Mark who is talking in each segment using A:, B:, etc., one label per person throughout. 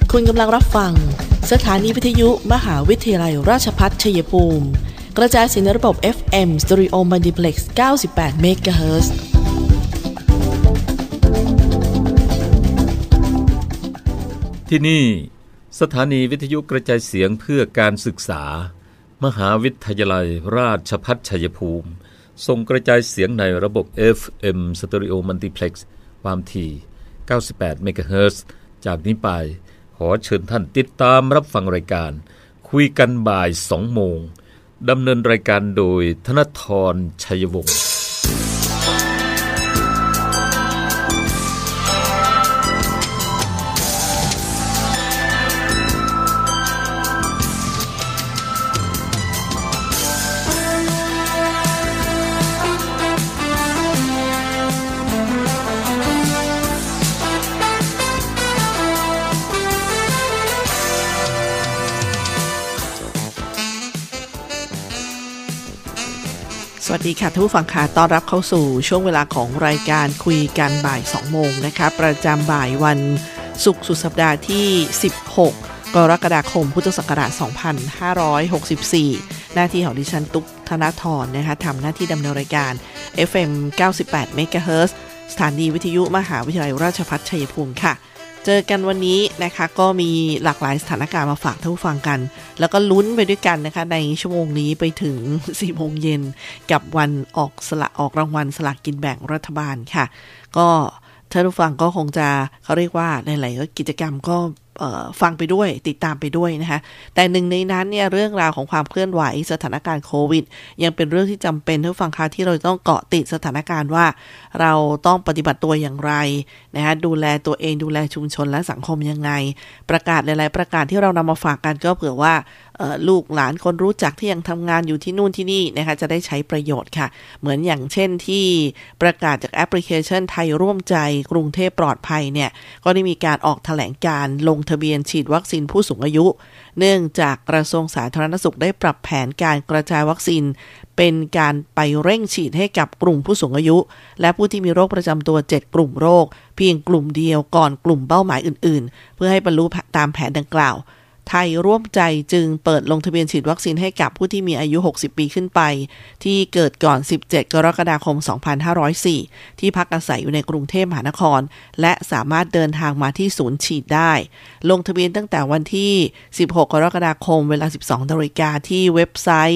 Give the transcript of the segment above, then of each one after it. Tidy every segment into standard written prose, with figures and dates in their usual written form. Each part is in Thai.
A: คุณกำลังรับฟังสถานีวิทยุมหาวิทยาลัยราชภัฏชัยภูมิกระจายเสียงในระบบ FM Stereo Multiplex 98 MHz
B: ที่นี่สถานีวิทยุกระจายเสียงเพื่อการศึกษามหาวิทยาลัยราชภัฏชัยภูมิส่งกระจายเสียงในระบบ FM Stereo Multiplex ความถี่98 MHz จากนี้ไปขอเชิญท่านติดตามรับฟังรายการคุยกันบ่าย 2 โมงดำเนินรายการโดยธนธร ชัยวงศ์
A: สวัสดีค่ะท่านผู้ฟังค่ะต้อนรับเข้าสู่ช่วงเวลาของรายการคุยกันบ่าย 2 โมงนะคะประจำบ่ายวันศุกร์สุดสัปดาห์ที่ 16 กรกฎาคม พุทธศักราช 2564 หน้าที่ของดิฉันตุ๊กธนธรนะคะทำหน้าที่ดำเนินรายการ FM 98 MHz สถานีวิทยุมหาวิทยาลัยราชภัฏชัยภูมิค่ะเจอกันวันนี้นะคะก็มีหลากหลายสถานการณ์มาฝากท่านผู้ฟังกันแล้วก็ลุ้นไปด้วยกันนะคะในชั่วโมงนี้ไปถึง 4 โมงเย็นกับวันออกรางวัลสลากกินแบ่งรัฐบาลค่ะก็ท่านผู้ฟังก็คงจะเขาเรียกว่าหลายๆกิจกรรมก็ฟังไปด้วยติดตามไปด้วยนะคะแต่หนึ่งในนั้นเนี่ยเรื่องราวของความเคลื่อนไหวสถานการณ์โควิดยังเป็นเรื่องที่จำเป็นท่านผู้ฟังคะที่เราต้องเกาะติดสถานการณ์ว่าเราต้องปฏิบัติตัวอย่างไรนะคะดูแลตัวเองดูแลชุมชนและสังคมยังไงประกาศหลายๆประกาศที่เรานำมาฝากกันก็เผื่อว่าลูกหลานคนรู้จักที่ยังทำงานอยู่ที่นู่นที่นี่นะคะจะได้ใช้ประโยชน์ค่ะเหมือนอย่างเช่นที่ประกาศจากแอปพลิเคชันไทยร่วมใจกรุงเทพปลอดภัยเนี่ยก็ได้มีการออกแถลงการลงทะเบียนฉีดวัคซีนผู้สูงอายุเนื่องจากกระทรวงสาธารณสุขได้ปรับแผนการกระจายวัคซีนเป็นการไปเร่งฉีดให้กับกลุ่มผู้สูงอายุและผู้ที่มีโรคประจำตัว7กลุ่มโรคเพียงกลุ่มเดียวก่อนกลุ่มเป้าหมายอื่นๆเพื่อให้บรรลุตามแผนดังกล่าวไทยร่วมใจจึงเปิดลงทะเบียนฉีดวัคซีนให้กับผู้ที่มีอายุ60ปีขึ้นไปที่เกิดก่อน17กรกฎาคม2504ที่พักอาศัยอยู่ในกรุงเทพมหานครและสามารถเดินทางมาที่ศูนย์ฉีดได้ลงทะเบียนตั้งแต่วันที่16กรกฎาคมเวลา 12:00 นที่เว็บไซต์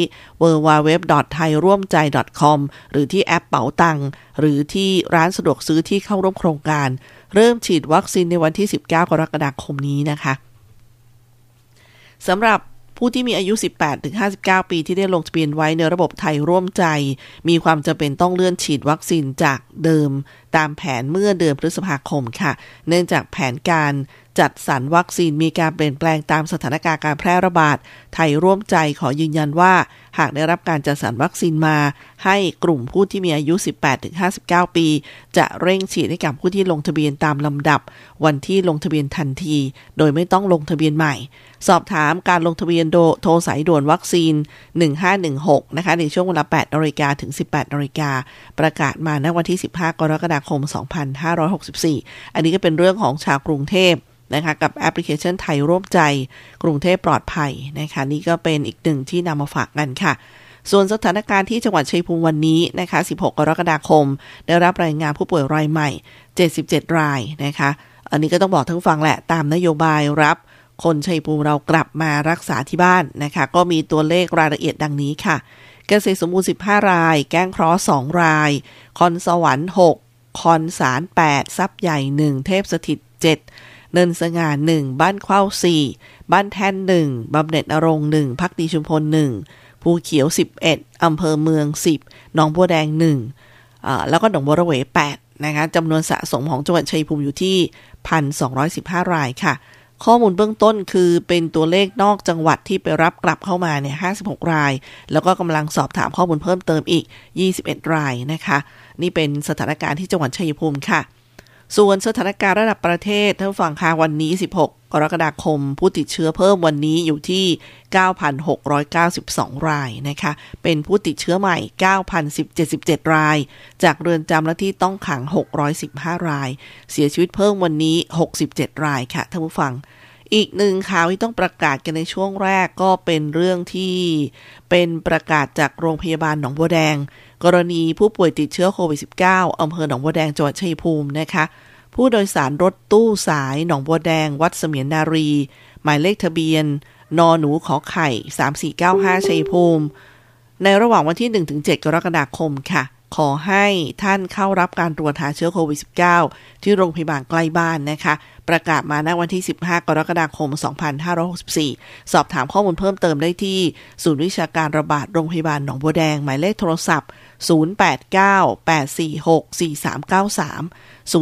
A: www.thairuomjai.com หรือที่แอปเป๋าตังหรือที่ร้านสะดวกซื้อที่เข้าร่วมโครงการเริ่มฉีดวัคซีนในวันที่19กรกฎาคมนี้นะคะสำหรับผู้ที่มีอายุ 18-59 ปีที่ได้ลงทะเบียนไว้ในระบบไทยร่วมใจมีความจำเป็นต้องเลื่อนฉีดวัคซีนจากเดิมตามแผนเมื่อเดือนพฤษภาคมค่ะเนื่องจากแผนการจัดสรรวัคซีนมีการเปลี่ยนแปลงตามสถานการณ์การแพร่ระบาดไทยร่วมใจขอยืนยันว่าหากได้รับการจัดสรรวัคซีนมาให้กลุ่มผู้ที่มีอายุ 18-59 ปีจะเร่งฉีดให้กับผู้ที่ลงทะเบียนตามลำดับวันที่ลงทะเบียนทันทีโดยไม่ต้องลงทะเบียนใหม่สอบถามการลงทะเบียนโทรสายด่วนวัคซีน1516นะคะในช่วงเวลา 8:00 นถึง 18:00 นประกาศมาณวันที่15กรกฎาคม2564อันนี้ก็เป็นเรื่องของชาวกรุงเทพนะคะกับแอปพลิเคชันไทยร่วมใจกรุงเทพปลอดภัยนะคะนี่ก็เป็นอีกหนึ่งที่นำมาฝากกันค่ะส่วนสถานการณ์ที่จังหวัดชัยภูมิวันนี้นะคะ16กรกฎาคมได้รับรายงานผู้ป่วยรายใหม่77รายนะคะอันนี้ก็ต้องบอกทั้งฟังแหละตามนโยบายรับคนชัยภูมิเรากลับมารักษาที่บ้านนะคะก็มีตัวเลขรายละเอียดดังนี้ค่ะเกษตรสมบูรณ์15รายแก้งเคราะห์2รายคอนสวรรค์6คอนสาร8ทรัพย์ใหญ่1เทพสถิต7เนินสง่า1บ้านเข้า4บ้านแท่น1บำเหน็จนรงค์1ภักดีชุมพล1ภูเขียว11อำเภอเมือง10หนองบัวแดง1แล้วก็หนองบัวระเว8นะคะจำนวนสะสมของจังหวัดชัยภูมิอยู่ที่ 1,215 รายค่ะข้อมูลเบื้องต้นคือเป็นตัวเลขนอกจังหวัดที่ไปรับกลับเข้ามาเนี่ย56รายแล้วก็กำลังสอบถามข้อมูลเพิ่มเติมอีก21รายนะคะนี่เป็นสถานการณ์ที่จังหวัดชัยภูมิค่ะส่วนสถานการณ์ระดับประเทศท่านผู้ฟังคะวันนี้16กรกฎาคมผู้ติดเชื้อเพิ่มวันนี้อยู่ที่ 9,692 รายนะคะเป็นผู้ติดเชื้อใหม่ 9,077 รายจากเรือนจำและที่ต้องขัง615รายเสียชีวิตเพิ่มวันนี้67รายค่ะท่านผู้ฟังอีกหนึ่งข่าวที่ต้องประกาศกันในช่วงแรกก็เป็นเรื่องที่เป็นประกาศจากโรงพยาบาลหนองบัวแดงกรณีผู้ป่วยติดเชื้อโควิด -19 อำเภอหนองบัวแดงจังหวัดชัยภูมินะคะผู้โดยสารรถตู้สายหนองบัวแดงวัดเสมียนนารีหมายเลขทะเบียนนหนูขอไข่3495ชัยภูมิในระหว่างวันที่ 1-7 กรกฎาคมค่ะขอให้ท่านเข้ารับการตรวจหาเชื้อโควิด -19 ที่โรงพยาบาลใกล้บ้านนะคะประกาศมาณวันที่ 15 กรกฎาคม 2564 สอบถามข้อมูลเพิ่มเติมได้ที่ศูนย์วิชาการระบาดโรงพยาบาลหนองบัวแดงหมายเลขโทรศัพท์ 089-846-4393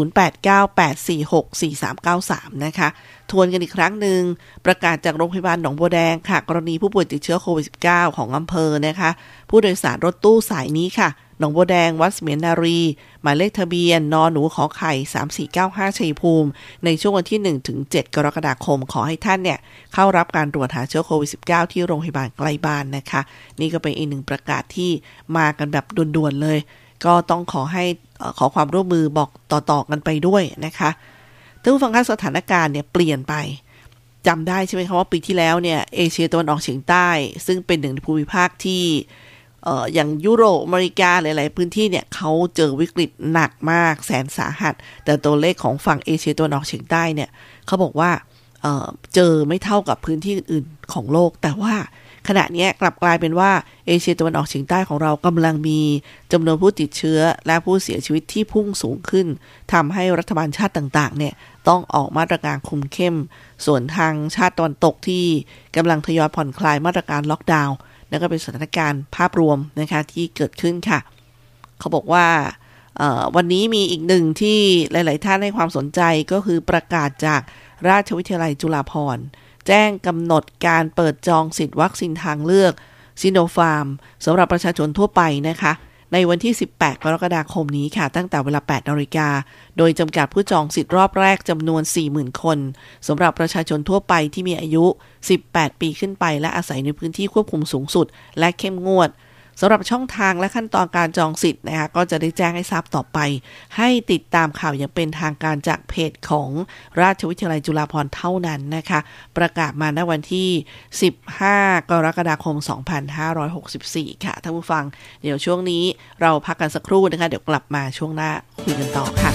A: 089-846-4393 นะคะทวนกันอีกครั้งหนึ่งประกาศจากโรงพยาบาลหนองบัวแดงค่ะกรณีผู้ป่วยติดเชื้อโควิด -19 ของอำเภอนะคะผู้โดยสารรถตู้สายนี้ค่ะหนองบัวแดงวัดเสมียนนารีหมายเลขทะเบียนนหนูขอไข่3495ชัยภูมิในช่วงวันที่ 1-7 กรกฎาคมขอให้ท่านเนี่ยเข้ารับการตรวจหาเชื้อโควิด -19 ที่โรงพยาบาลใกล้บ้านนะคะนี่ก็เป็นอีกหนึ่งประกาศที่มากันแบบด่วนๆเลยก็ต้องขอความร่วมมือบอกต่อๆกันไปด้วยนะคะท่านผู้ฟังคะสถานการณ์เนี่ยเปลี่ยนไปจำได้ใช่ไหมคะว่าปีที่แล้วเนี่ยเอเชียตะวันออกเฉียงใต้ซึ่งเป็นหนึ่งในภูมิภาคที่อย่างยุโรปอเมริกาหลายๆพื้นที่เนี่ยเขาเจอวิกฤตหนักมากแสนสาหัสแต่ตัวเลขของฝั่งเอเชียตะวันออกเฉียงใต้เนี่ยเขาบอกว่าเจอไม่เท่ากับพื้นที่อื่นๆของโลกแต่ว่าขณะนี้กลับกลายเป็นว่าเอเชียตะวันออกเฉียงใต้ของเรากำลังมีจำนวนผู้ติดเชื้อและผู้เสียชีวิตที่พุ่งสูงขึ้นทำให้รัฐบาลชาติต่างๆเนี่ยต้องออกมาตรการคุมเข้มส่วนทางชาติตะวันตกที่กำลังทยอยผ่อนคลายมาตรการล็อกดาวน์แล้วก็เป็นสถานการณ์ภาพรวมนะคะที่เกิดขึ้นค่ะเขาบอกว่าวันนี้มีอีกหนึ่งที่หลายๆท่านให้ความสนใจก็คือประกาศจากราชวิทยาลัยจุฬาภรณ์แจ้งกำหนดการเปิดจองสิทธิ์วัคซีนทางเลือกซิโนฟาร์มสำหรับประชาชนทั่วไปนะคะในวันที่ 18 กรกฎาคมนี้ค่ะตั้งแต่เวลา 8 นาฬิกาโดยจำกัดผู้จองสิทธิ์รอบแรกจำนวน 40,000 คนสำหรับประชาชนทั่วไปที่มีอายุ 18 ปีขึ้นไปและอาศัยในพื้นที่ควบคุมสูงสุดและเข้มงวดสำหรับช่องทางและขั้นตอนการจองสิทธิ์นะคะก็จะได้แจ้งให้ทราบต่อไปให้ติดตามข่าวอย่างเป็นทางการจากเพจของราชวิทยาลัยจุฬาภรณ์เท่านั้นนะคะประกาศมาณวันที่ 15 กรกฎาคม 2564 ค่ะท่านผู้ฟังเดี๋ยวช่วงนี้เราพักกันสักครู่นะคะเดี๋ยวกลับมาช่วงหน้าคุยกันต่อค่ะ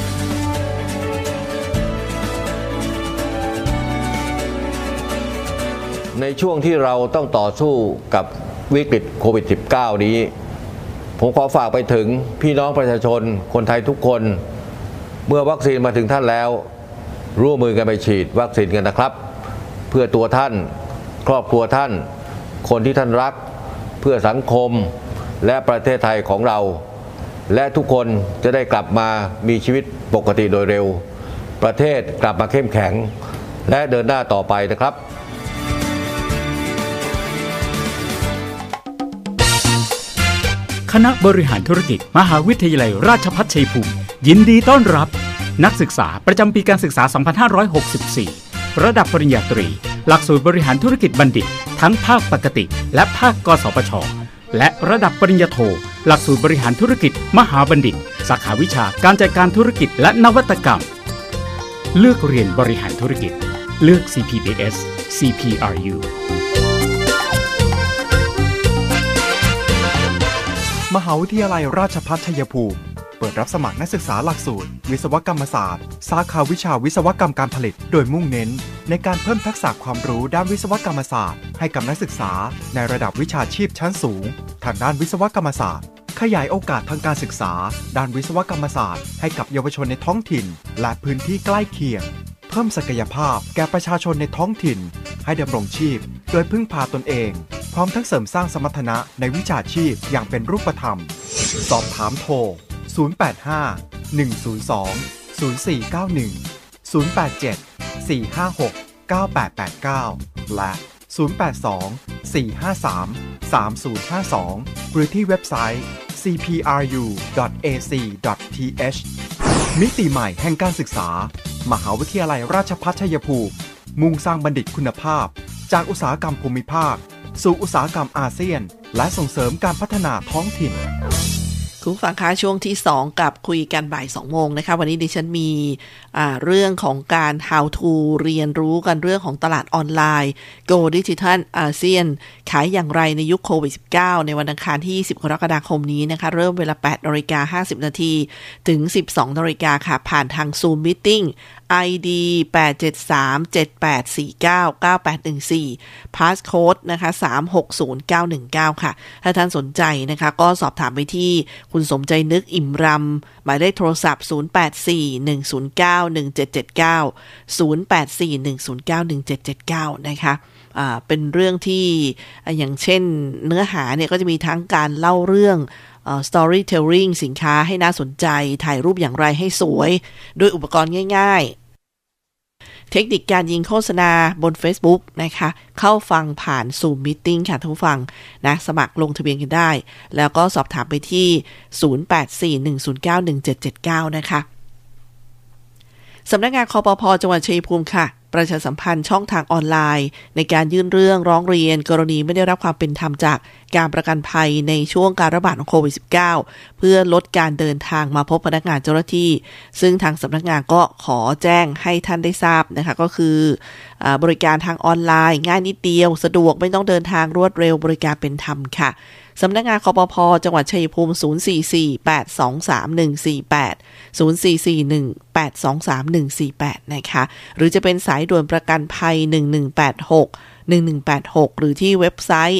C: ในช่วงที่เราต้องต่อสู้กับวิกฤตโควิด -19 นี้ผมขอฝากไปถึงพี่น้องประชาชนคนไทยทุกคนเมื่อวัคซีนมาถึงท่านแล้วร่วมมือกันไปฉีดวัคซีนกันนะครับเพื่อตัวท่านครอบครัวท่านคนที่ท่านรักเพื่อสังคมและประเทศไทยของเราและทุกคนจะได้กลับมามีชีวิตปกติโดยเร็วประเทศกลับมาเข้มแข็งและเดินหน้าต่อไปนะครับ
D: คณะบริหารธุรกิจมหาวิทยาลัยราชภัฏชัยภูมิยินดีต้อนรับนักศึกษาประจำปีการศึกษา 2564 ระดับปริญญาตรีหลักสูตรบริหารธุรกิจบัณฑิตทั้งภาคปกติและภาคกสปช.และระดับปริญญาโทหลักสูตรบริหารธุรกิจมหาบัณฑิตสาขาวิชาการจัดการธุรกิจและนวัตกรรมเลือกเรียนบริหารธุรกิจเลือก CPBS CPRU
E: มหาวิทยาลัยราชภัฏชัยภูมิเปิดรับสมัครนักศึกษาหลักสูตรวิศวกรรมศาสตร์สาขาวิชาวิศวกรรมการผลิตโดยมุ่งเน้นในการเพิ่มทักษะความรู้ด้านวิศวกรรมศาสตร์ให้กับนักศึกษาในระดับวิชาชีพชั้นสูงทางด้านวิศวกรรมศาสตร์ขยายโอกาสทางการศึกษาด้านวิศวกรรมศาสตร์ให้กับเยาวชนในท้องถิ่นและพื้นที่ใกล้เคียงเพิ่มศักยภาพแก่ประชาชนในท้องถิ่นให้ดำรงชีพโดยพึ่งพาตนเองพร้อมทั้งเสริมสร้างสมรรถนะในวิชาชีพอย่างเป็นรูปธรรมสอบถามโทร 085-102-0491 087-456-9889 และ 082-453-3052 หรือที่เว็บไซต์ cpru.ac.th มิติใหม่แห่งการศึกษามหาวิทยาลัยราชภัฏชัยภูมิมุ่งสร้างบัณฑิตคุณภาพจากอุตสาหกรรมภูมิภาคสู่อุตสาหกรรมอาเซียนและส่งเสริมการพัฒนาท้องถิ่น
A: คคุณฟังคะช่วงที่2กับคุยกันบ่าย 2 โมงนะคะวันนี้ดิฉันมีเรื่องของการ how to เรียนรู้กันเรื่องของตลาดออนไลน์ Go Digital ASEAN ขายอย่างไรในยุคโควิด -19 ในวันอังคารที่20กรกฎาคมนี้นะคะเริ่มเวลา 8:50 น.ถึง 12:00 น.ค่ะผ่านทาง Zoom Meeting ID 87378499814 Passcode นะคะ360919ค่ะถ้าท่านสนใจนะคะก็สอบถามไปที่คุณสมใจนึกอิ่มรำหมายเลขโทรศัพท์0841091779 0841091779นะคะเป็นเรื่องที่อย่างเช่นเนื้อหาเนี่ยก็จะมีทั้งการเล่าเรื่องstorytelling สินค้าให้น่าสนใจถ่ายรูปอย่างไรให้สวยด้วยอุปกรณ์ง่ายๆเทคนิคการยิงโฆษณาบน Facebook นะคะเข้าฟังผ่าน Zoom Meeting ค่ะท่านผู้ฟังนะสมัครลงทะเบียนกันได้แล้วก็สอบถามไปที่0841091779นะคะสำนักงานคปภ.จังหวัดชัยภูมิค่ะประชาสัมพันธ์ช่องทางออนไลน์ในการยื่นเรื่องร้องเรียนกรณีไม่ได้รับความเป็นธรรมจากการประกันภัยในช่วงการระบาดของโควิด -19 เพื่อลดการเดินทางมาพบพนักงานเจ้าหน้าที่ซึ่งทางสำนักงานก็ขอแจ้งให้ท่านได้ทราบนะคะก็คือบริการทางออนไลน์ง่ายนิดเดียวสะดวกไม่ต้องเดินทางรวดเร็วบริการเป็นธรรมค่ะสำนักงานคปภ.จังหวัดชัยภูมิ044-823-148 044-1823148นะคะหรือจะเป็นสายด่วนประกันภัย1186 หรือที่เว็บไซต์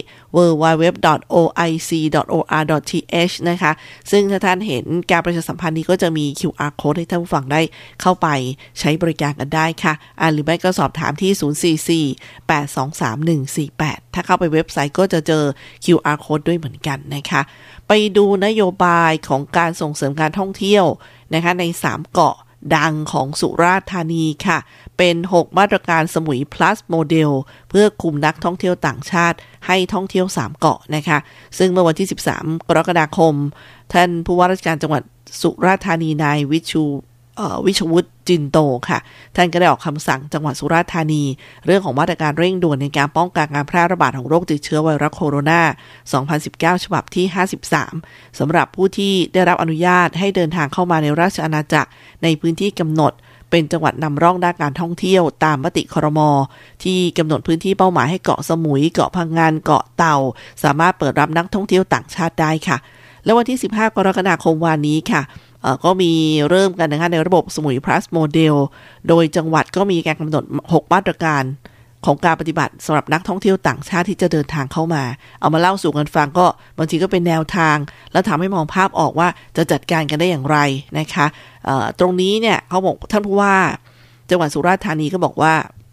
A: www.oic.or.th นะคะซึ่งถ้าท่านเห็นการประชาสัมพันธ์นี้ก็จะมี QR code ให้ท่านผู้ฟังได้เข้าไปใช้บริการกันได้ค่ะหรือไม่ก็สอบถามที่ 044-823-148 ถ้าเข้าไปเว็บไซต์ก็จะเจอ QR code ด้วยเหมือนกันนะคะไปดูนโยบายของการส่งเสริมการท่องเที่ยวนะคะใน3เกาะดังของสุราษฎร์ธานีค่ะเป็น6มาตรการสมุย plus โมเดลเพื่อคุมนักท่องเที่ยวต่างชาติให้ท่องเที่ยว3เกาะนะคะซึ่งเมื่อวันที่13กรกฎาคมท่านผู้ว่าราชการจังหวัดสุราษฎร์ธานีนายวิชวุฒิจินโตค่ะท่านก็ได้ออกคำสั่งจังหวัดสุราษฎร์ธานีเรื่องของมาตรการเร่งด่วนในการป้องกันการแพร่ระบาดของโรคติดเชื้อไวรัสโคโรนา2019ฉบับที่53สำหรับผู้ที่ได้รับอนุญาตให้เดินทางเข้ามาในราชอาณาจักรในพื้นที่กำหนดเป็นจังหวัดนำร่องด้านการท่องเที่ยวตามมติครม.ที่กำหนดพื้นที่เป้าหมายให้เกาะสมุยเกาะพังงานเกาะเต่าสามารถเปิดรับนักท่องเที่ยวต่างชาติได้ค่ะและวันที่15กรกฎาคมวันนี้ค่ะก็มีเริ่มกันนะคะในระบบสมุย plus โมเดลโดยจังหวัดก็มีการกำหนด6มาตรการของการปฏิบัติสำหรับนักท่องเที่ยวต่างชาติที่จะเดินทางเข้ามาเอามาเล่าสู่กันฟังก็บางทีก็เป็นแนวทางแล้วทำให้มองภาพออกว่าจะจัดการกันได้อย่างไรนะคะตรงนี้เนี่ยเขาบอกท่านผู้ว่าจังหวัดสุราษฎร์ธานีก็บอกว่า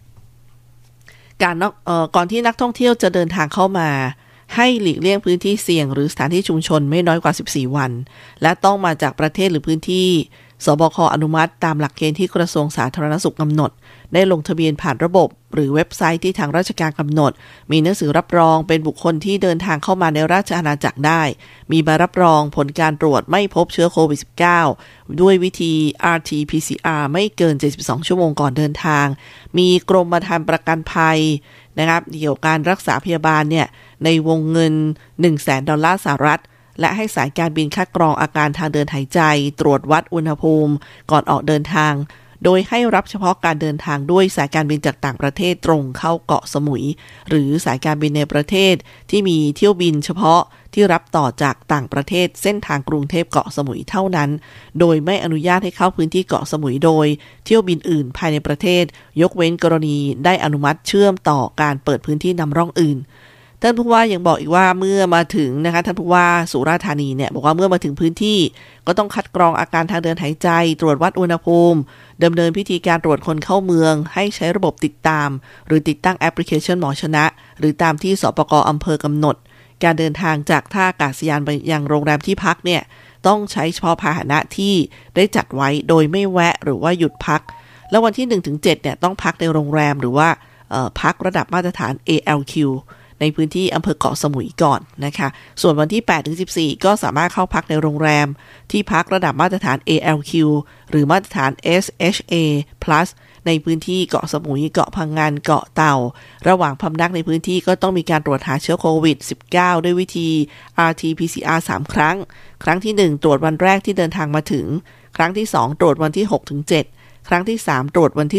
A: ก่อนที่นักท่องเที่ยวจะเดินทางเข้ามาให้หลีกเลี่ยงพื้นที่เสี่ยงหรือสถานที่ชุมชนไม่น้อยกว่า14วันและต้องมาจากประเทศหรือพื้นที่สบค.อนุมัติตามหลักเกณฑ์ที่กระทรวงสาธารณสุขกำหนดได้ลงทะเบียนผ่านระบบหรือเว็บไซต์ที่ทางราชการกำหนดมีหนังสือรับรองเป็นบุคคลที่เดินทางเข้ามาในราชอาณาจักรได้มีใบรับรองผลการตรวจไม่พบเชื้อโควิด -19 ด้วยวิธี RT-PCR ไม่เกิน72ชั่วโมงก่อนเดินทางมีกรมธรรม์ประกันภัยนะครับเกี่ยวกับการรักษาพยาบาลเนี่ยในวงเงิน $100,000 สหรัฐและให้สายการบินคัดกรองอาการทางเดินหายใจตรวจวัดอุณหภูมิก่อนออกเดินทางโดยให้รับเฉพาะการเดินทางด้วยสายการบินจากต่างประเทศตรงเข้าเกาะสมุยหรือสายการบินในประเทศที่มีเที่ยวบินเฉพาะที่รับต่อจากต่างประเทศเส้นทางกรุงเทพเกาะสมุยเท่านั้นโดยไม่อนุญาตให้เข้าพื้นที่เกาะสมุยโดยเที่ยวบินอื่นภายในประเทศยกเว้นกรณีได้อนุมัติเชื่อมต่อการเปิดพื้นที่นำร่องอื่นท่านผู้ว่ายังบอกอีกว่าเมื่อมาถึงนะคะท่านผู้ว่าสุราษฎร์ธานีเนี่ยบอกว่าเมื่อมาถึงพื้นที่ก็ต้องคัดกรองอาการทางเดินหายใจตรวจวัดอุณหภูมิดำเนินพิธีการตรวจคนเข้าเมืองให้ใช้ระบบติดตามหรือติดตั้งแอปพลิเคชันหมอชนะหรือตามที่สปก.อำเภอกำหนดการเดินทางจากท่าอากาศยานไปยังโรงแรมที่พักเนี่ยต้องใช้เฉพาะพาหนะที่ได้จัดไว้โดยไม่แวะหรือว่าหยุดพักแล้ววันที่ 1-7 เนี่ยต้องพักในโรงแรมหรือว่าพักระดับมาตรฐาน ALQ ในพื้นที่อำเภอเกาะสมุยก่อนนะคะส่วนวันที่ 8-14 ก็สามารถเข้าพักในโรงแรมที่พักระดับมาตรฐาน ALQ หรือมาตรฐาน SHA+ ในพื้นที่เกาะสมุยเกาะพังงานเกาะเต่าระหว่างพำนักในพื้นที่ก็ต้องมีการตรวจหาเชื้อโควิด -19 ด้วยวิธี RT-PCR 3 ครั้งครั้งที่ 1 ตรวจวันแรกที่เดินทางมาถึงครั้งที่ 2 ตรวจวันที่ 6-7 ครั้งที่ 3 ตรวจวันที่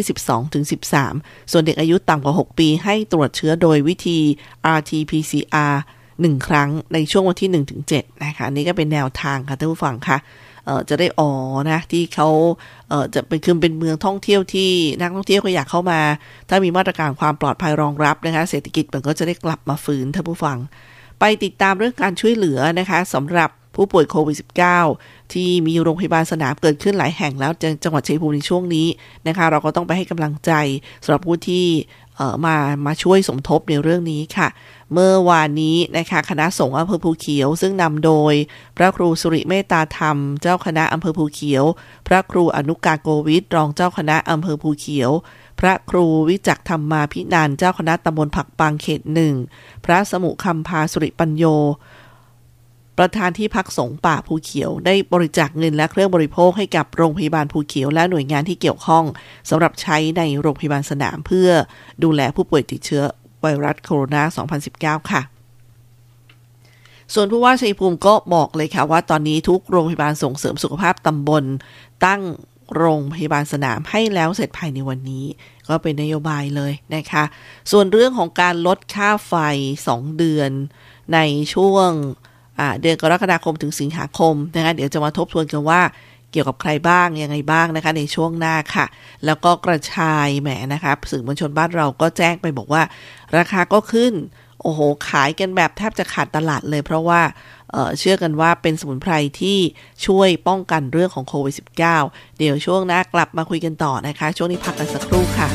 A: 12-13 ส่วนเด็กอายุต่ำกว่า 6 ปีให้ตรวจเชื้อโดยวิธี RT-PCR 1 ครั้งในช่วงวันที่ 1-7 นะคะนี่ก็เป็นแนวทางค่ะท่านผู้ฟังค่ะจะได้นะที่เขาจะเป็นเมืองท่องเที่ยวที่นักท่องเที่ยวก็อยากเข้ามาถ้ามีมาตรการความปลอดภัยรองรับนะคะเศรษฐกิจมันก็จะได้กลับมาฟื้นท่านผู้ฟังไปติดตามเรื่องการช่วยเหลือนะคะสำหรับผู้ป่วยโควิด -19 ที่มีโรงพยาบาลสนามเกิดขึ้นหลายแห่งแล้วจังหวัดชัยภูมิในช่วงนี้นะคะเราก็ต้องไปให้กำลังใจสำหรับผู้ที่มาช่วยสมทบในเรื่องนี้ค่ะเมื่อวานนี้นะคะคณะสงฆ์อำเภอภูเขียวซึ่งนำโดยพระครูสุริเมตตาธรรมเจ้าคณะอำเภอภูเขียวพระครูอนุกาโกวิทรองเจ้าคณะอำเภอภูเขียวพระครูวิจักธรรมาภินันท์เจ้าคณะตำบลผักปังเขต 1พระสมุคำพาสุริปัญโยประธานที่พักสงฆ์ป่าภูเขียวได้บริจาคเงินและเครื่องบริโภคให้กับโรงพยาบาลภูเขียวและหน่วยงานที่เกี่ยวข้องสำหรับใช้ในโรงพยาบาลสนามเพื่อดูแลผู้ป่วยติดเชื้อไวรัสโคโรนา 2019 ค่ะส่วนผู้ว่าชัยภูมิก็บอกเลยค่ะว่าตอนนี้ทุกโรงพยาบาลส่งเสริมสุขภาพตำบลตั้งโรงพยาบาลสนามให้แล้วเสร็จภายในวันนี้ก็เป็นนโยบายเลยนะคะส่วนเรื่องของการลดค่าไฟ2 เดือนในช่วงเดือนกรกฎาคมถึงสิงหาคมนะคะเดี๋ยวจะมาทบทวนกันว่าเกี่ยวกับใครบ้างยังไงบ้างนะคะในช่วงหน้าค่ะแล้วก็กระชายแหมนะคะสื่อมวลชนบ้านเราก็แจ้งไปบอกว่าราคาก็ขึ้นโอ้โหขายกันแบบแทบจะขาดตลาดเลยเพราะว่าเชื่อกันว่าเป็นสมุนไพรที่ช่วยป้องกันเรื่องของโควิด -19 เดี๋ยวช่วงหน้ากลับมาคุยกันต่อนะคะช่วงนี้พักกันสักครู่ค่ะ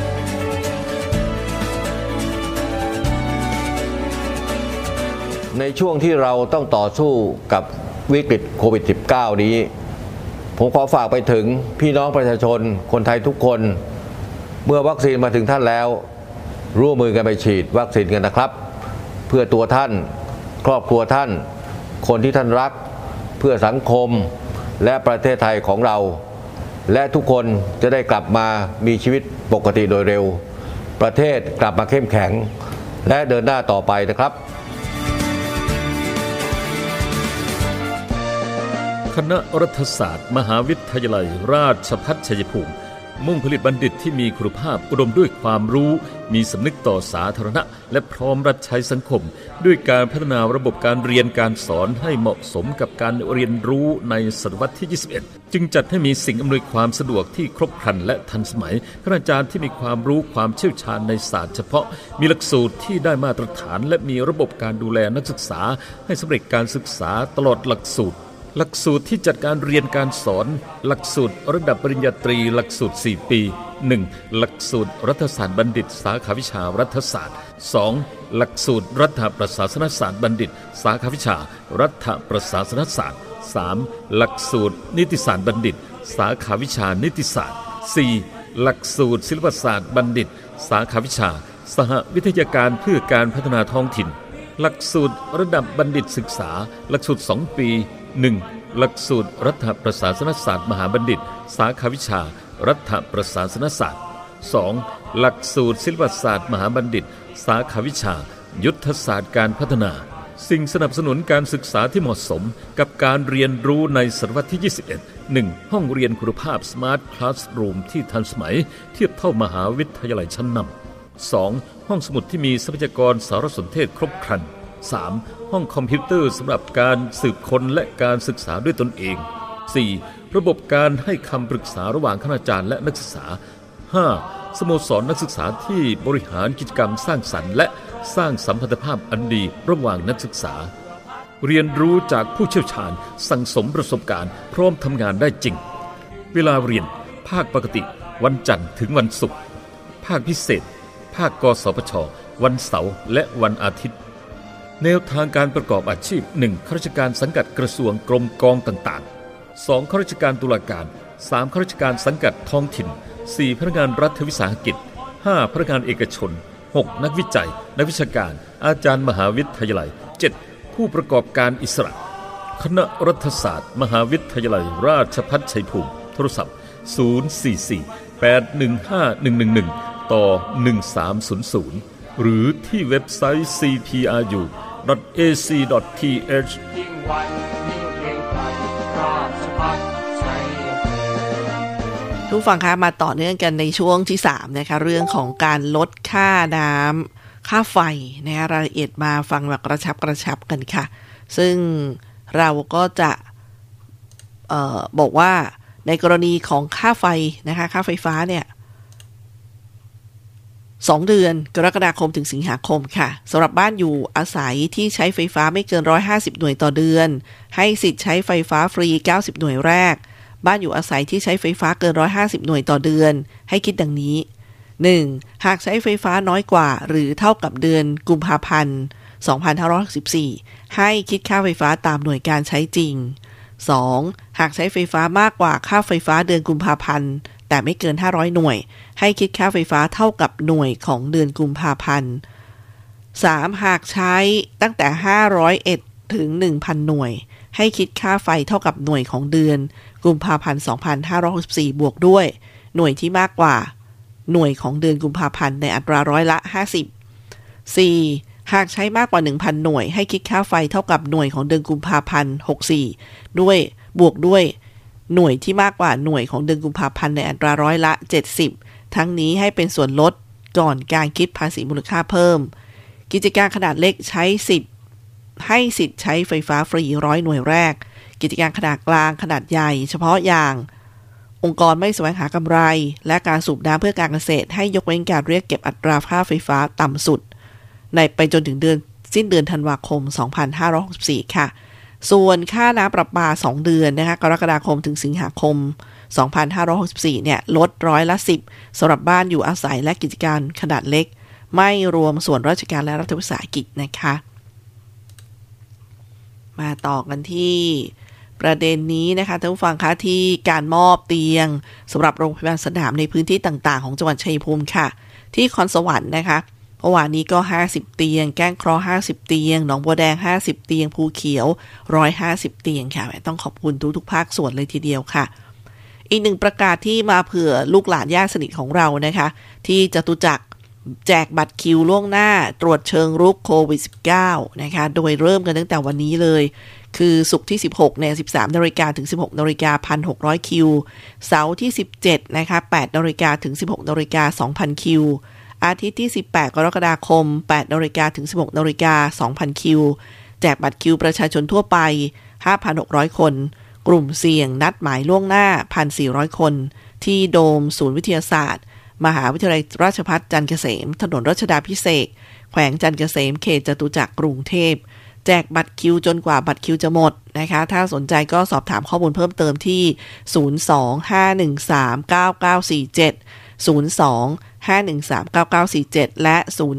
C: ในช่วงที่เราต้องต่อสู้กับวิกฤตโควิด -19 นี้ผมขอฝากไปถึงพี่น้องประชาชนคนไทยทุกคนเมื่อวัคซีนมาถึงท่านแล้วร่วมมือกันไปฉีดวัคซีนกันนะครับเพื่อตัวท่านครอบครัวท่านคนที่ท่านรักเพื่อสังคมและประเทศไทยของเราและทุกคนจะได้กลับมามีชีวิตปกติโดยเร็วประเทศกลับมาเข้มแข็งและเดินหน้าต่อไปนะครับ
B: คณะรัฐศาสตร์มหาวิทยาลัยราชภัฏชัยภูมิมุ่งผลิตบัณฑิตที่มีคุณภาพอุดมด้วยความรู้มีสำนึกต่อสาธารณะและพร้อมรับใช้สังคมด้วยการพัฒนาระบบการเรียนการสอนให้เหมาะสมกับการเรียนรู้ในศตวรรษที่ 21 จึงจัดให้มีสิ่งอำนวยความสะดวกที่ครบครันและทันสมัยคณาจารย์ที่มีความรู้ความเชี่ยวชาญในศาสตร์เฉพาะมีหลักสูตรที่ได้มาตรฐานและมีระบบการดูแลนักศึกษาให้สำเร็จการศึกษาตลอดหลักสูตรที่จัดการเรียนการสอนหลักสูตรระดับปริญญาตรีหลักสูตร 4 ปี 1. หลักสูตรรัฐศาสตร์บัณฑิตสาขาวิชารัฐศาสตร์ 2. หลักสูตรรัฐประศาสนศาสตร์บัณฑิตสาขาวิชารัฐประศาสนศาสตร์ 3. หลักสูตรนิติศาสตร์บัณฑิตสาขาวิชานิติศาสตร์ 4. หลักสูตรศิลปศาสตร์บัณฑิตสาขาวิชาสหวิทยาการเพื่อการพัฒนาท้องถิ่นหลักสูตรระดับบัณฑิตศึกษาหลักสูตร 2 ปี 1. หลักสูตรรัฐประศาสนศาสตร์มหาบัณฑิตสาขาวิชารัฐประศาสนศาสตร์ 2. หลักสูตรศิลปศาสตร์มหาบัณฑิตสาขาวิชายุทธศาสตร์การพัฒนาสิ่งสนับสนุนการศึกษาที่เหมาะสมกับการเรียนรู้ในศตวรรษที่ 21 1. ห้องเรียนคุณภาพ Smart Classroom ที่ทันสมัยเทียบเท่ามหาวิทยาลัยชั้นนำ 2. ห้องสมุดที่มีทรัพยากรสารสนเทศครบครัน 3. ห้องคอมพิวเตอร์สำหรับการสืบค้นและการศึกษาด้วยตนเอง 4. ระบบการให้คำปรึกษาระหว่างคณาจารย์และนักศึกษา 5. สโมสรนักศึกษาที่บริหารกิจกรรมสร้างสรรค์และสร้างสัมพันธภาพอันดีระหว่างนักศึกษาเรียนรู้จากผู้เชี่ยวชาญสั่งสมประสบการณ์พร้อมทำงานได้จริงเวลาเรียนภาคปกติวันจันทร์ถึงวันศุกร์ภาคพิเศษภาคกสพชวันเสาร์และวันอาทิตย์แนวทางการประกอบอาชีพ 1. ข้าราชการสังกัดกระทรวงกรมกองต่างๆ 2. ข้าราชการตุลาการ 3. ข้าราชการสังกัดท้องถิ่น 4. พนักงานรัฐวิสาหกิจ 5. พนักงานเอกชน 6. นักวิจัยนักวิชาการอาจารย์มหาวิทยาลัย 7. ผู้ประกอบการอิสระคณะรัฐศาสตร์มหาวิทยาลัยราชภัฏชัยภูมิโทรศัพท์044-815-111ต่อ1300หรือที่เว็บไซต์ cpru.ac.th
A: ทุกฝั่งคะมาต่อเนื่องกันในช่วงที่3นะคะเรื่องของการลดค่าน้ำค่าไฟนะคะรายละเอียดมาฟังแบบกระชับกันค่ะซึ่งเราก็จะบอกว่าในกรณีของค่าไฟนะคะค่าไฟฟ้าเนี่ย2 เดือนกรกฎาคมถึงสิงหาคมค่ะสำหรับบ้านอยู่อาศัยที่ใช้ไฟฟ้าไม่เกิน150หน่วยต่อเดือนให้สิทธิ์ใช้ไฟฟ้าฟรี90หน่วยแรกบ้านอยู่อาศัยที่ใช้ไฟฟ้าเกิน150หน่วยต่อเดือนให้คิดดังนี้ 1. หากใช้ไฟฟ้าน้อยกว่าหรือเท่ากับเดือนกุมภาพันธ์2564ให้คิดค่าไฟฟ้าตามหน่วยการใช้จริง 2. หากใช้ไฟฟ้ามากกว่าค่าไฟฟ้าเดือนกุมภาพันธ์แต่ไม่เกิน500หน่วยให้คิดค่าไฟฟ้าเท่ากับหน่วยของเดือนกุมภาพันธ์ 3. หากใช้ตั้งแต่501ถึง 1,000 หน่วยให้คิดค่าไฟเท่ากับหน่วยของเดือนกุมภาพันธ์2564บวกด้วยหน่วยที่มากกว่าหน่วยของเดือนกุมภาพันธ์ในอัตราร้อยละ50 4. หากใช้มากกว่า 1,000 หน่วยให้คิดค่าไฟเท่ากับหน่วยของเดือนกุมภาพันธ์64ด้วยบวกด้วยหน่วยที่มากกว่าหน่วยของเดือนกุมภาพันธ์ในอัตราร้อยละ70ทั้งนี้ให้เป็นส่วนลดก่อนการคิดภาษีมูลค่าเพิ่มกิจการขนาดเล็กใช้สิทธิ์ให้สิทธิ์ใช้ไฟฟ้าฟรี100หน่วยแรกกิจการขนาดกลางขนาดใหญ่เฉพาะอย่างองค์กรไม่แสวงหากำไรและการสูบน้ำเพื่อการเกษตรให้ยกเว้นการเรียกเก็บอัตราค่าไฟฟ้าต่ำสุดในไปจนถึงสิ้นเดือนธันวาคม2564ค่ะส่วนค่าน้ำประปา2เดือนนะคะกรกฎาคมถึงสิงหาคม2564เนี่ยลดร้อยละ10สำหรับบ้านอยู่อาศัยและกิจการขนาดเล็กไม่รวมส่วนราชการและรัฐวิสาหกิจนะคะมาต่อกันที่ประเด็นนี้นะคะท่านผู้ฟังคะที่การมอบเตียงสำหรับโรงพยาบาลสนามในพื้นที่ต่างๆของจังหวัดชัยภูมิค่ะที่คอนสวรรค์นะคะเมื่อวานนี้ก็50เตียงแก้งเคราะห์50เตียงหนองบัวแดง50เตียงภูเขียว150เตียงค่ะต้องขอบคุณทุกภาคส่วนเลยทีเดียวค่ะอีกหนึ่งประกาศที่มาเผื่อลูกหลานญาติสนิทของเรานะคะที่จตุจักรแจกบัตรคิวล่วงหน้าตรวจเชิงรุกโควิด -19 นะคะโดยเริ่มกันตั้งแต่วันนี้เลยคือศุกร์ที่16เนี่ย 13:00 นถึง 16:00 น 1,600 คิวเสาร์ที่17นะคะ 8:00 นถึง 16:00 น 2,000 คิวอาทิตย์ที่18กรกฎาคม 8:00 นถึง 16:00 น 2,000 คิวแจกบัตรคิวประชาชนทั่วไป 5,600 คนกลุ่มเสี่ยงนัดหมายล่วงหน้า 1,400 คนที่โดมศูนย์วิทยาศาสตร์มหาวิทยาลัยราชภัฏจันทร์เกษมถนนรัชดาภิเษกแขวงจันทร์เกษมเขตจตุจักรกรุงเทพแจกบัตรคิวจนกว่าบัตรคิวจะหมดนะคะถ้าสนใจก็สอบถามข้อมูลเพิ่มเติมที่02-513-9947 02-513-9947 และ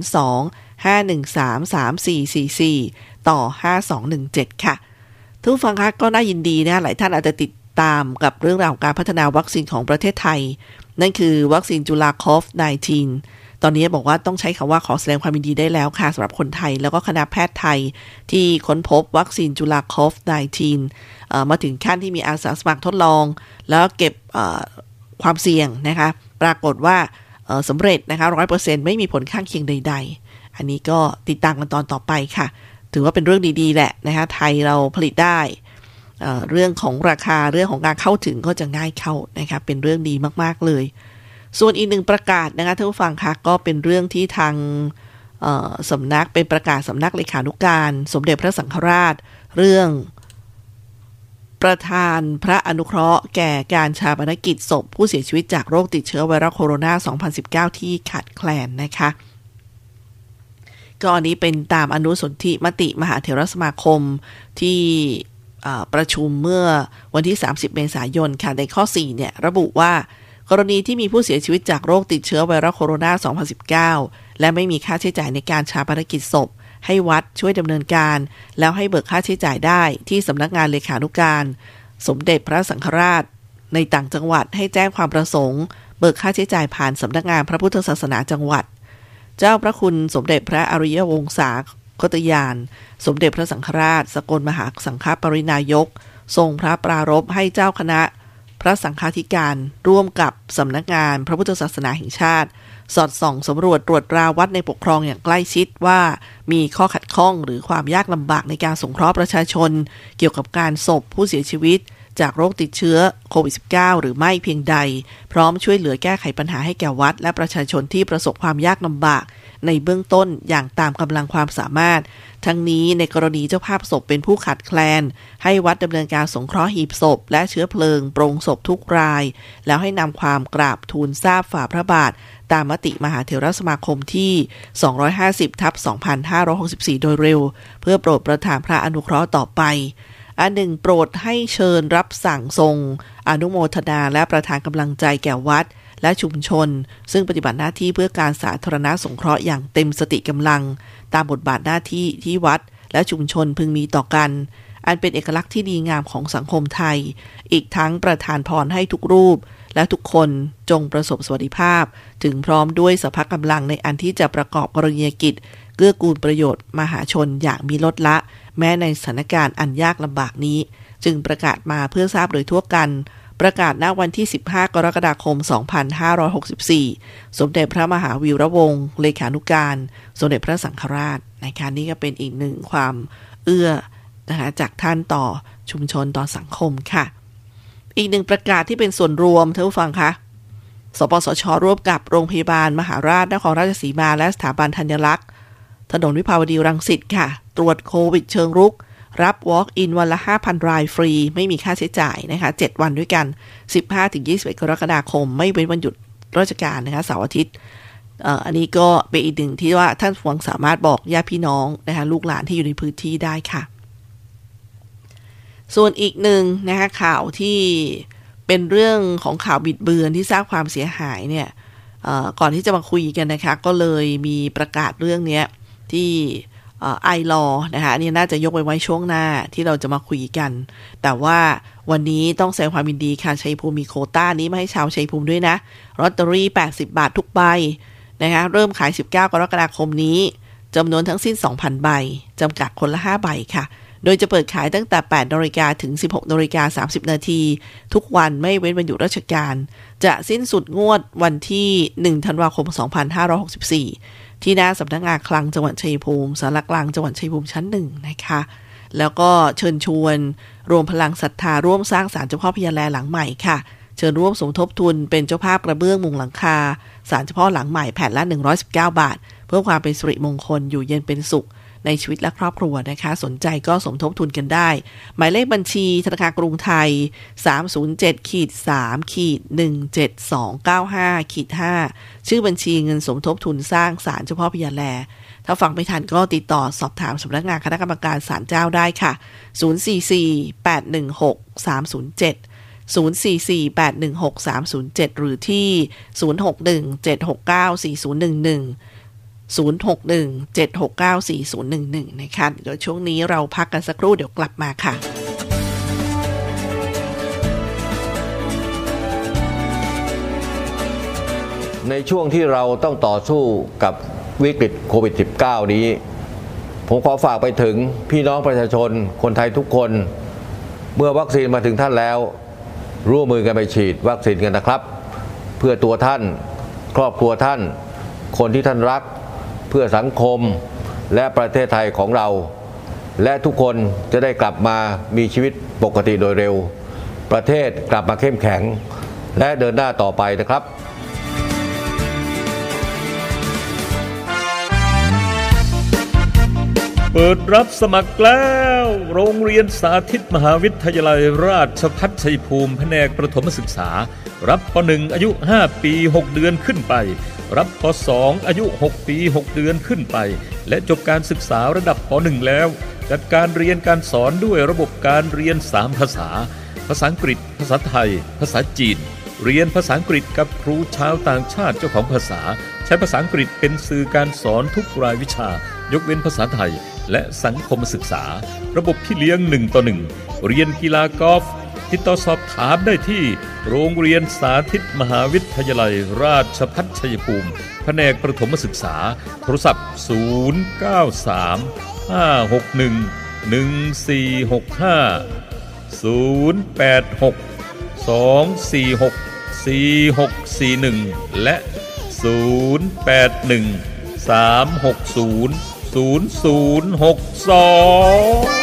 A: 02-513-3444 ต่อ 5217 ค่ะทุกฟังคะก็น่ายินดีนะหลายท่านอาจจะติดตามกับเรื่องราวของการพัฒนาวัคซีนของประเทศไทยนั่นคือวัคซีนจุฬาโคฟ-19 ตอนนี้บอกว่าต้องใช้คำว่าขอแสดงความยินดีได้แล้วค่ะสำหรับคนไทยแล้วก็คณะแพทย์ไทยที่ค้นพบวัคซีนจุฬาโคฟ-19 มาถึงขั้นที่มีอาสาสมัครทดลองแล้วเก็บความเสี่ยงนะคะปรากฏว่าสำเร็จนะคะ 100% ไม่มีผลข้างเคียงใดๆอันนี้ก็ติดตามกันตอนต่อไปค่ะถือว่าเป็นเรื่องดีๆแหละนะคะไทยเราผลิตได้เรื่องของราคาเรื่องของการเข้าถึงก็จะง่ายเข้านะคะเป็นเรื่องดีมากๆเลยส่วนอีกหนึ่งประกาศนะคะท่านผู้ฟังคะก็เป็นเรื่องที่ทางสำนักเป็นประกาศสำนักเลขานุการสมเด็จพระสังฆราชเรื่องประธานพระอนุเคราะห์แก่การฌาปนกิจศพผู้เสียชีวิตจากโรคติดเชื้อไวรัสโคโรนา2019ที่ขาดแคลนนะคะก็อันนี้เป็นตามอนุสนธิมติมหาเถรสมาคมที่ประชุมเมื่อวันที่30เมษายนค่ะในข้อ4เนี่ยระบุว่ากรณีที่มีผู้เสียชีวิตจากโรคติดเชื้อไวรัสโคโรนา2019และไม่มีค่าใช้จ่ายในการฌาปนกิจศพให้วัดช่วยดำเนินการแล้วให้เบิกค่าใช้จ่ายได้ที่สำนักงานเลขานุการสมเด็จพระสังฆราชในต่างจังหวัดให้แจ้งความประสงค์เบิกค่าใช้จ่ายผ่านสำนักงานพระพุทธศาสนาจังหวัดเจ้าพระคุณสมเด็จพระอริยวงศาคตยานสมเด็จพระสังฆราชสกลมหาสังฆปรินายกทรงพระปรารภให้เจ้าคณะพระสังฆาธิการร่วมกับสำนักงานพระพุทธศาสนาแห่งชาติสอดส่องสำรวจตรวจตราวัดในปกครองอย่างใกล้ชิดว่ามีข้อขัดข้องหรือความยากลำบากในการสงเคราะห์ประชาชนเกี่ยวกับการศพผู้เสียชีวิตจากโรคติดเชื้อโควิด -19 หรือไม่เพียงใดพร้อมช่วยเหลือแก้ไขปัญหาให้แก่วัดและประชาชนที่ประสบความยากลำบากในเบื้องต้นอย่างตามกำลังความสามารถทั้งนี้ในกรณีเจ้าภาพศพเป็นผู้ขาดแคลนให้วัดดำเนินการสงเคราะห์หีบศพและเชื้อเพลิงปรงศพทุกรายแล้วให้นำความกราบทูลทราบฝ่าพระบาทตามมติมหาเถรสมาคมที่250/2564โดยเร็วเพื่อโปรดประทานพระอนุเคราะห์ต่อไปอันหนึ่งโปรดให้เชิญรับสั่งทรงอนุโมทนาและประทานกำลังใจแก่วัดและชุมชนซึ่งปฏิบัติหน้าที่เพื่อการสาธารณสงเคราะห์อย่างเต็มสติกำลังตามบทบาทหน้าที่ที่วัดและชุมชนพึงมีต่อกันอันเป็นเอกลักษณ์ที่ดีงามของสังคมไทยอีกทั้งประทานพรให้ทุกรูปและทุกคนจงประสบสวัสดิภาพถึงพร้อมด้วยสภากำลังในอันที่จะประกอบกรณียกิจเกื้อกูลประโยชน์มหาชนอย่างมีลดละแม้ในสถานการณ์อันยากลำบากนี้จึงประกาศมาเพื่อทราบโดยทั่วกันประกาศณวันที่15กรกฎาคม2564สมเด็จพระมหาวีระวงศ์เลขานุการสมเด็จพระสังฆราชนะคะนี่ก็เป็นอีกหนึ่งความเอื้อนะคะจากท่านต่อชุมชนต่อสังคมค่ะอีกหนึ่งประกาศที่เป็นส่วนรวมท่านผู้ฟังคะสปสช.ร่วมกับโรงพยาบาลมหาราชนครราชสีมาและสถาบันธัญลักษณ์ถนนวิภาวดีรังสิตค่ะตรวจโควิดเชิงรุกรับ walk-in วันละ 5,000 รายฟรีไม่มีค่าใช้จ่ายนะคะ7วันด้วยกัน 15-21 กรกฎาคมไม่เว้นวันหยุดราชการนะคะเสาร์อาทิตย์อันนี้ก็เป็นอีกหนึ่งที่ว่าท่านผู้ฟังสามารถบอกญาติพี่น้องนะคะลูกหลานที่อยู่ในพื้นที่ได้ค่ะส่วนอีกหนึ่งนะคะข่าวที่เป็นเรื่องของข่าวบิดเบือนที่สร้างความเสียหายเนี่ยก่อนที่จะมาคุยกันนะคะก็เลยมีประกาศเรื่องนี้ที่ไอลอนะคะอันนี้น่าจะยกไว้ช่วงหน้าที่เราจะมาคุยกันแต่ว่าวันนี้ต้องแสดงความยินดีค่ะชัยภูมิมีโควต้านี้มาให้ชาวชัยภูมิด้วยนะลอตเตอรี่80บาททุกใบนะคะเริ่มขาย19กรกฎาคมนี้จำนวนทั้งสิ้น 2,000 ใบจำกัดคนละ5ใบค่ะโดยจะเปิดขายตั้งแต่ 8:00 น.ถึง 16:30 น.ทุกวันไม่เว้นวันหยุดราชการจะสิ้นสุดงวดวันที่1ธันวาคม2564ที่หน้าสำนักงานคลังจังหวัดชัยภูมิศาลากลางจังหวัดชัยภูมิชั้น1นะคะแล้วก็เชิญชวนรวมพลังศรัทธาร่วมสร้างศาลเจ้าพ่อพญาแลหลังใหม่ค่ะเชิญร่วมสมทบทุนเป็นเจ้าภาพกระเบื้องมุงหลังคาศาลเจ้าพ่อหลังใหม่แผ่นละ119 บาทเพื่อความเป็นสิริมงคลอยู่เย็นเป็นสุขในชีวิตและครอบครัวนะคะสนใจก็สมทบทุนกันได้หมายเลขบัญชีธนาคารกรุงไทย 307-3-17295-5 ชื่อบัญชีเงินสมทบทุนสร้างศาลเจ้าพ่อพญาแลถ้าฟังไม่ทันก็ติดต่อสอบถามสำนักงานคณะกรรมการศาลเจ้าได้ค่ะ 044-816-307 หรือที่ 061-769-4011 061-769-4011 นะคะเดี๋ยวช่วงนี้เราพักกันสักครู่เดี๋ยวกลับมาค่ะ
C: ในช่วงที่เราต้องต่อสู้กับวิกฤตโควิด -19 นี้ผมขอฝากไปถึงพี่น้องประชาชนคนไทยทุกคนเมื่อวัคซีนมาถึงท่านแล้วร่วมมือกันไปฉีดวัคซีนกันนะครับเพื่อตัวท่านครอบครัวท่านคนที่ท่านรักเพื่อสังคมและประเทศไทยของเราและทุกคนจะได้กลับมามีชีวิตปกติโดยเร็วประเทศกลับมาเข้มแข็งและเดินหน้าต่อไปนะครับ
B: เปิดรับสมัครแล้วโรงเรียนสาธิตมหาวิทยาลัยราชภัฏชัยภูมิแผนกประถมศึกษารับป.1 อายุ5ปี6เดือนขึ้นไปรับป.2 อายุ6ปี6เดือนขึ้นไปและจบการศึกษาระดับป.1 แล้วจัดการเรียนการสอนด้วยระบบการเรียน3ภาษาภาษาอังกฤษภาษาไทยภาษาจีนเรียนภาษาอังกฤษกับครูชาวต่างชาติเจ้าของภาษาใช้ภาษาอังกฤษเป็นสื่อการสอนทุกรายวิชายกเว้นภาษาไทยและสังคมศึกษาระบบพี่เลี้ยง1:1เรียนกีฬากอล์ฟติดต่อสอบถามได้ที่โรงเรียนสาธิตมหาวิทยาลัยราชภัฏชัยภูมิแผนกประถมศึกษาโทรศัพท์093-561-146-086-246-4641และ081-360-0062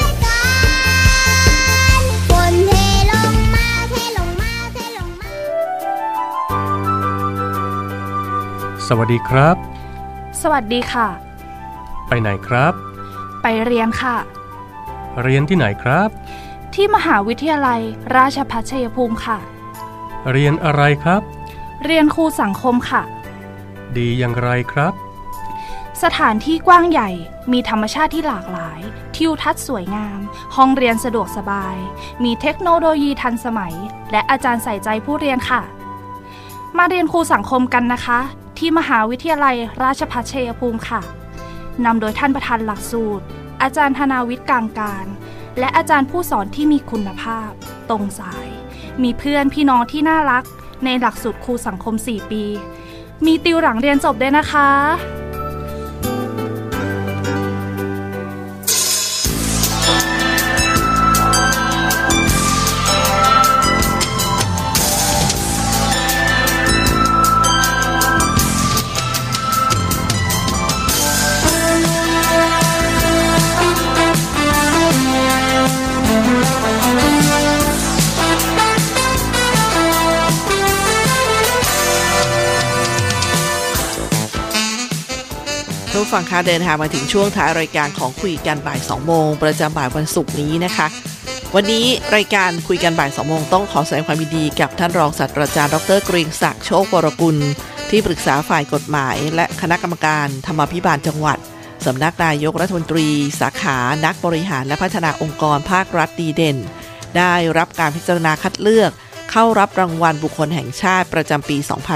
F: สวัสดีครับ
G: สวัสดีค่ะ
F: ไปไหนครับ
G: ไปเรียนค่ะ
F: เรียนที่ไหนครับ
G: ที่มหาวิทยาลัยราชภัฏชัยภูมิค่ะ
F: เรียนอะไรครับ
G: เรียนครูสังคมค่ะ
F: ดีอย่างไรครับ
G: สถานที่กว้างใหญ่มีธรรมชาติที่หลากหลายทิวทัศน์สวยงามห้องเรียนสะดวกสบายมีเทคโนโลยีทันสมัยและอาจารย์ใส่ใจผู้เรียนค่ะมาเรียนครูสังคมกันนะคะที่มหาวิทยาลัยราชภัฏชัยภูมิค่ะนำโดยท่านประธานหลักสูตรอาจารย์ธนาวิทย์กลางการและอาจารย์ผู้สอนที่มีคุณภาพตรงสายมีเพื่อนพี่น้องที่น่ารักในหลักสูตรครูสังคม4ปีมีติวหลังเรียนจบด้วยนะคะ
A: ผู้ฟังคะเดินทางมาถึงช่วงท้ายรายการของคุยกันบ่าย 2 โมงประจำบ่ายวันศุกร์นี้นะคะวันนี้รายการคุยกันบ่าย 2 โมงต้องขอแสดงความยินดีกับท่านรองศาสตราจารย์ดร.เกรียงศักดิ์โชควรกุลที่ปรึกษาฝ่ายกฎหมายและคณะกรรมการธรรมาภิบาลจังหวัดสำนักนายกรัฐมนตรีสาขานักบริหารและพัฒนาองค์กรภาครัฐดีเด่นได้รับการพิจารณาคัดเลือกเข้ารับรางวัลบุคคลแห่งชาติประจำปี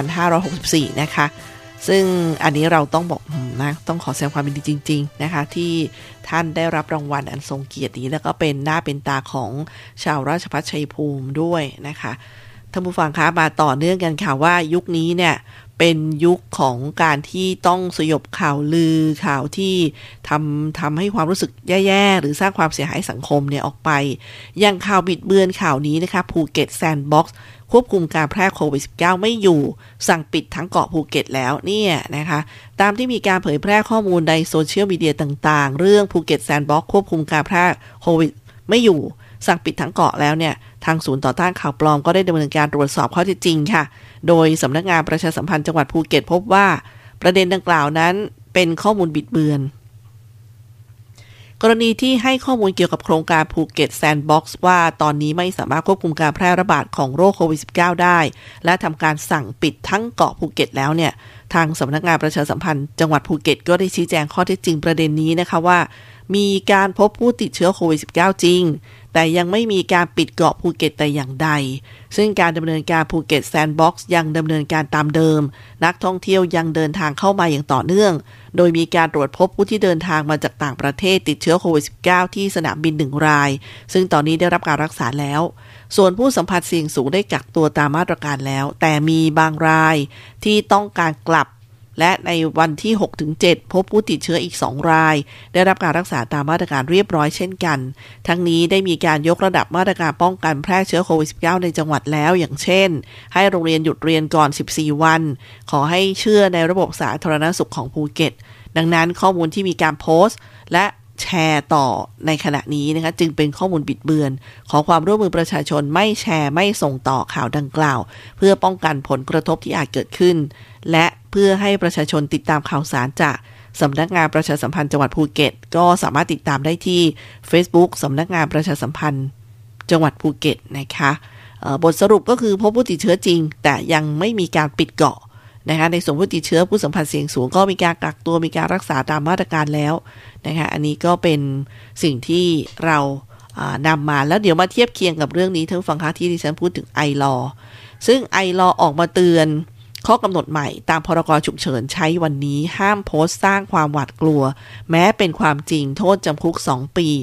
A: 2564 นะคะซึ่งอันนี้เราต้องบอกนะต้องขอแสดงความยินดีจริงๆนะคะที่ท่านได้รับรางวัลอันทรงเกียรตินี้แล้วก็เป็นหน้าเป็นตาของชาวราชภัฏชัยภูมิด้วยนะคะท่านผู้ฟังคะมาต่อเนื่องกันค่ะว่ายุคนี้เนี่ยเป็นยุคของการที่ต้องสยบข่าวลือข่าวที่ทำให้ความรู้สึกแย่ๆหรือสร้างความเสียหายสังคมเนี่ยออกไปอย่างข่าวบิดเบือนข่าวนี้นะคะภูเก็ตแซนด์บ็อกซ์ควบคุมการแพร่โควิด -19 ไม่อยู่สั่งปิดทั้งเกาะภูเก็ตแล้วเนี่ยนะคะตามที่มีการเผยแพร่ข้อมูลในโซเชียลมีเดียต่างๆเรื่องภูเก็ตแซนด์บ็อกซ์ควบคุมการแพร่โควิดไม่อยู่สั่งปิดทั้งเกาะแล้วเนี่ยทางศูนย์ต่อต้านข่าวปลอมก็ได้ดำเนินการตรวจสอบข้อเท็จจริงค่ะโดยสำนักงานประชาสัมพันธ์จังหวัดภูเก็ตพบว่าประเด็นดังกล่าวนั้นเป็นข้อมูลบิดเบือนกรณีที่ให้ข้อมูลเกี่ยวกับโครงการภูเก็ตแซนด์บ็อกซ์ว่าตอนนี้ไม่สามารถควบคุมการแพร่ระบาดของโรคโควิด -19 ได้และทำการสั่งปิดทั้งเกาะภูเก็ตแล้วเนี่ยทางสำนักงานประชาสัมพันธ์จังหวัดภูเก็ตก็ได้ชี้แจงข้อเท็จจริงประเด็นนี้นะคะว่ามีการพบผู้ติดเชื้อโควิด -19 จริงแต่ยังไม่มีการปิดเกาะภูเก็ตแต่อย่างใดซึ่งการดำเนินการภูเก็ตแซนด์บ็อกซ์ยังดำเนินการตามเดิมนักท่องเที่ยวยังเดินทางเข้ามาอย่างต่อเนื่องโดยมีการตรวจพบผู้ที่เดินทางมาจากต่างประเทศติดเชื้อโควิด -19 ที่สนามบิน1 รายซึ่งตอนนี้ได้รับการรักษาแล้วส่วนผู้สัมผัสเสี่ยงสูงได้กักตัวตามมาตรการแล้วแต่มีบางรายที่ต้องการกลับและในวันที่ 6-7 พบผู้ติดเชื้ออีก2 รายได้รับการรักษาตามมาตรการเรียบร้อยเช่นกันทั้งนี้ได้มีการยกระดับมาตรการป้องกันแพร่เชื้อโควิด -19 ในจังหวัดแล้วอย่างเช่นให้โรงเรียนหยุดเรียนก่อน14 วันขอให้เชื่อในระบบสาธารณสุขของภูเก็ตดังนั้นข้อมูลที่มีการโพสต์และแชร์ต่อในขณะนี้นะคะจึงเป็นข้อมูลบิดเบือนขอความร่วมมือประชาชนไม่แชร์ไม่ส่งต่อข่าวดังกล่าวเพื่อป้องกันผลกระทบที่อาจเกิดขึ้นและเพื่อให้ประชาชนติดตามข่าวสารจากสำนักงานประชาสัมพันธ์จังหวัดภูเก็ตก็สามารถติดตามได้ที่ Facebook สำนักงานประชาสัมพันธ์จังหวัดภูเก็ตนะคะบทสรุปก็คือพบผู้ติดเชื้อจริงแต่ยังไม่มีการปิดเกาะนะคะในส่วนผู้ติดเชื้อผู้สัมผัสเสี่ยงสูงก็มีการกักตัวมีการรักษาตามมาตรการแล้วนะคะอันนี้ก็เป็นสิ่งที่เรานำมาแล้วเดี๋ยวมาเทียบเคียงกับเรื่องนี้ท่านผู้ฟังคะที่ดิฉันพูดถึงไอลอซึ่งไอลอออกมาเตือนข้อกำหนดใหม่ตามพรกฉุกเฉินใช้วันนี้ห้ามโพสต์สร้างความหวาดกลัวแม้เป็นความจริงโทษจำคุก2 ปี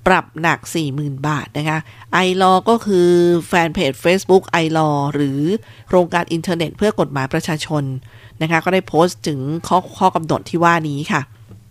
A: ปรับหนัก 40,000 บาทนะคะไอลอก็คือแฟนเพจ Facebook ไอลอหรือโครงการอินเทอร์เน็ตเพื่อกฎหมายประชาชนนะคะก็ได้โพสต์ถึงข้อกำหนดที่ว่านี้ค่ะ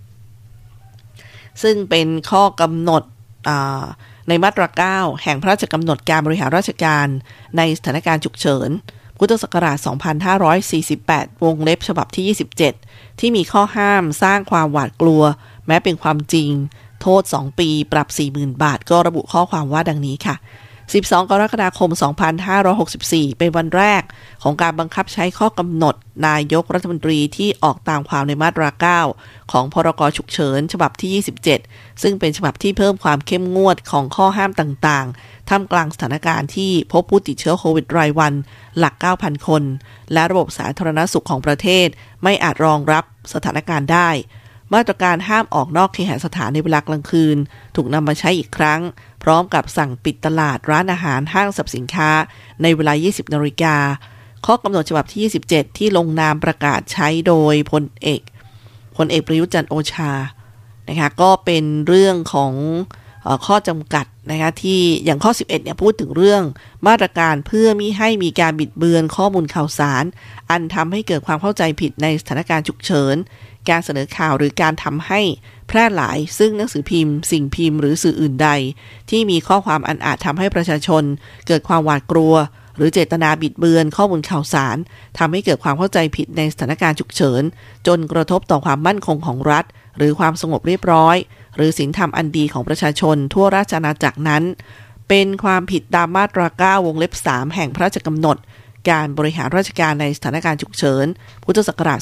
A: ซึ่งเป็นข้อกำหนดในมาตรา 9 แห่งพระราชกำหนดการบริหารราชการในสถานการณ์ฉุกเฉินพุทธศักราช 2548 วงเล็บฉบับที่ 27 ที่มีข้อห้ามสร้างความหวาดกลัวแม้เป็นความจริงโทษ 2 ปีปรับ 40,000 บาทก็ระบุข้อความว่าดังนี้ค่ะ12 กรกฎาคม 2564 เป็นวันแรกของการบังคับใช้ข้อกำหนดนายกรัฐมนตรีที่ออกตามความในมาตรา 9 ของพรก.ฉุกเฉินฉบับที่ 27 ซึ่งเป็นฉบับที่เพิ่มความเข้มงวดของข้อห้ามต่างๆท่ามกลางสถานการณ์ที่พบผู้ติดเชื้อโควิดรายวันหลัก 9,000 คนและระบบสาธารณสุขของประเทศไม่อาจรองรับสถานการณ์ได้มาตรการห้ามออกนอกเคหสถานในเวลากลางคืนถูกนำมาใช้อีกครั้งพร้อมกับสั่งปิดตลาดร้านอาหารห้างสรรพสินค้าในเวลา 20 นาฬิกาข้อกำหนดฉบับที่ 27 ที่ลงนามประกาศใช้โดยพลเอกประยุทธ์จันทร์โอชานะคะก็เป็นเรื่องของข้อจำกัดนะคะที่อย่างข้อ 11 เนี่ยพูดถึงเรื่องมาตรการเพื่อมิให้มีการบิดเบือนข้อมูลข่าวสารอันทำให้เกิดความเข้าใจผิดในสถานการณ์ฉุกเฉินการเสนอข่าวหรือการทำให้แพร่หลายซึ่งหนังสือพิมพ์สิ่งพิมพ์หรือสื่ออื่นใดที่มีข้อความอันอาจทำให้ประชาชนเกิดความหวาดกลัวหรือเจตนาบิดเบือนข้อมูลข่าวสารทำให้เกิดความเข้าใจผิดในสถานการณ์ฉุกเฉินจนกระทบต่อความมั่นคงของรัฐหรือความสงบเรียบร้อยหรือศีลธรรมอันดีของประชาชนทั่วราชอาณาจักรนั้นเป็นความผิดตามมาตรา 9 วงเล็บ 3 แห่งพระราชกำหนดการบริหารราชการในสถานการณ์ฉุกเฉินพุทธศักราช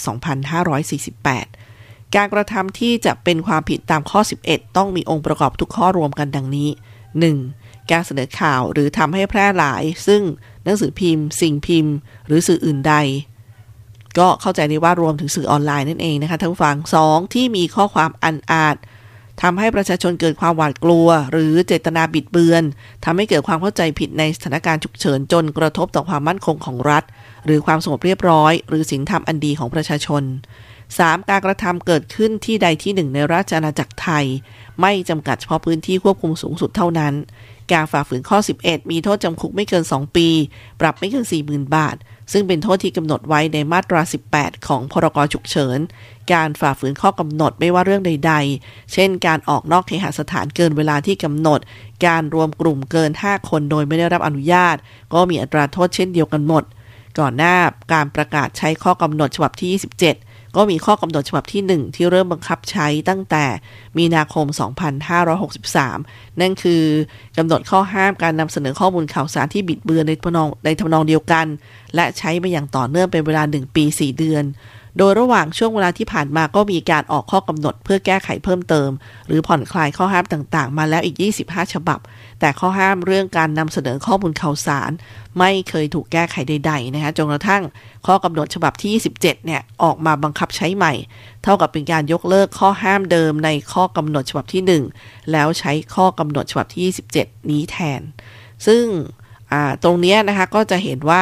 A: 2548 การกระทำที่จะเป็นความผิดตามข้อ 11 ต้องมีองค์ประกอบทุกข้อรวมกันดังนี้ 1. การเสนอข่าวหรือทำให้แพร่หลายซึ่งหนังสือพิมพ์สิ่งพิมพ์หรือสื่ออื่นใดก็เข้าใจได้ว่ารวมถึงสื่อออนไลน์นั่นเองนะคะท่านผู้ฟัง 2. ที่มีข้อความอันอาจทำให้ประชาชนเกิดความหวาดกลัวหรือเจตนาบิดเบือนทำให้เกิดความเข้าใจผิดในสถานการณ์ฉุกเฉินจนกระทบต่อความมั่นคงของรัฐหรือความสงบเรียบร้อยหรือศีลธรรมอันดีของประชาชน 3. การกระทำเกิดขึ้นที่ใดที่หนึ่งในราชอาณาจักรไทยไม่จำกัดเฉพาะพื้นที่ควบคุมสูงสุดเท่านั้นการฝ่าฝืนข้อ 11 มีโทษจำคุกไม่เกิน 2 ปีปรับไม่เกิน 40,000 บาทซึ่งเป็นโทษที่กำหนดไว้ในมาตรา 18 ของพรก.ฉุกเฉินการฝ่าฝืนข้อกำหนดไม่ว่าเรื่องใดๆเช่นการออกนอกเคหสถานเกินเวลาที่กำหนดการรวมกลุ่มเกิน 5 คนโดยไม่ได้รับอนุญาตก็มีอัตราโทษเช่นเดียวกันหมดก่อนหน้าการประกาศใช้ข้อกำหนดฉบับที่ 27ก็มีข้อกำหนดฉบับที่ 1 ที่เริ่มบังคับใช้ตั้งแต่มีนาคม 2563 นั่นคือกำหนดข้อห้ามการนำเสนอข้อมูลข่าวสารที่บิดเบือนในทำนองเดียวกันและใช้มาอย่างต่อเนื่องเป็นเวลา 1 ปี 4 เดือนโดยระหว่างช่วงเวลาที่ผ่านมาก็มีการออกข้อกำหนดเพื่อแก้ไขเพิ่มเติมหรือผ่อนคลายข้อห้ามต่างๆมาแล้วอีก 25 ฉบับแต่ข้อห้ามเรื่องการนำเสนอข้อมูลข่าวสารไม่เคยถูกแก้ไขใดๆนะคะจนกระทั่งข้อกำหนดฉบับที่ 27 เนี่ยออกมาบังคับใช้ใหม่เท่ากับเป็นการยกเลิกข้อห้ามเดิมในข้อกำหนดฉบับที่ 1 แล้วใช้ข้อกำหนดฉบับที่ 27 นี้แทนซึ่งตรงนี้นะคะก็จะเห็นว่า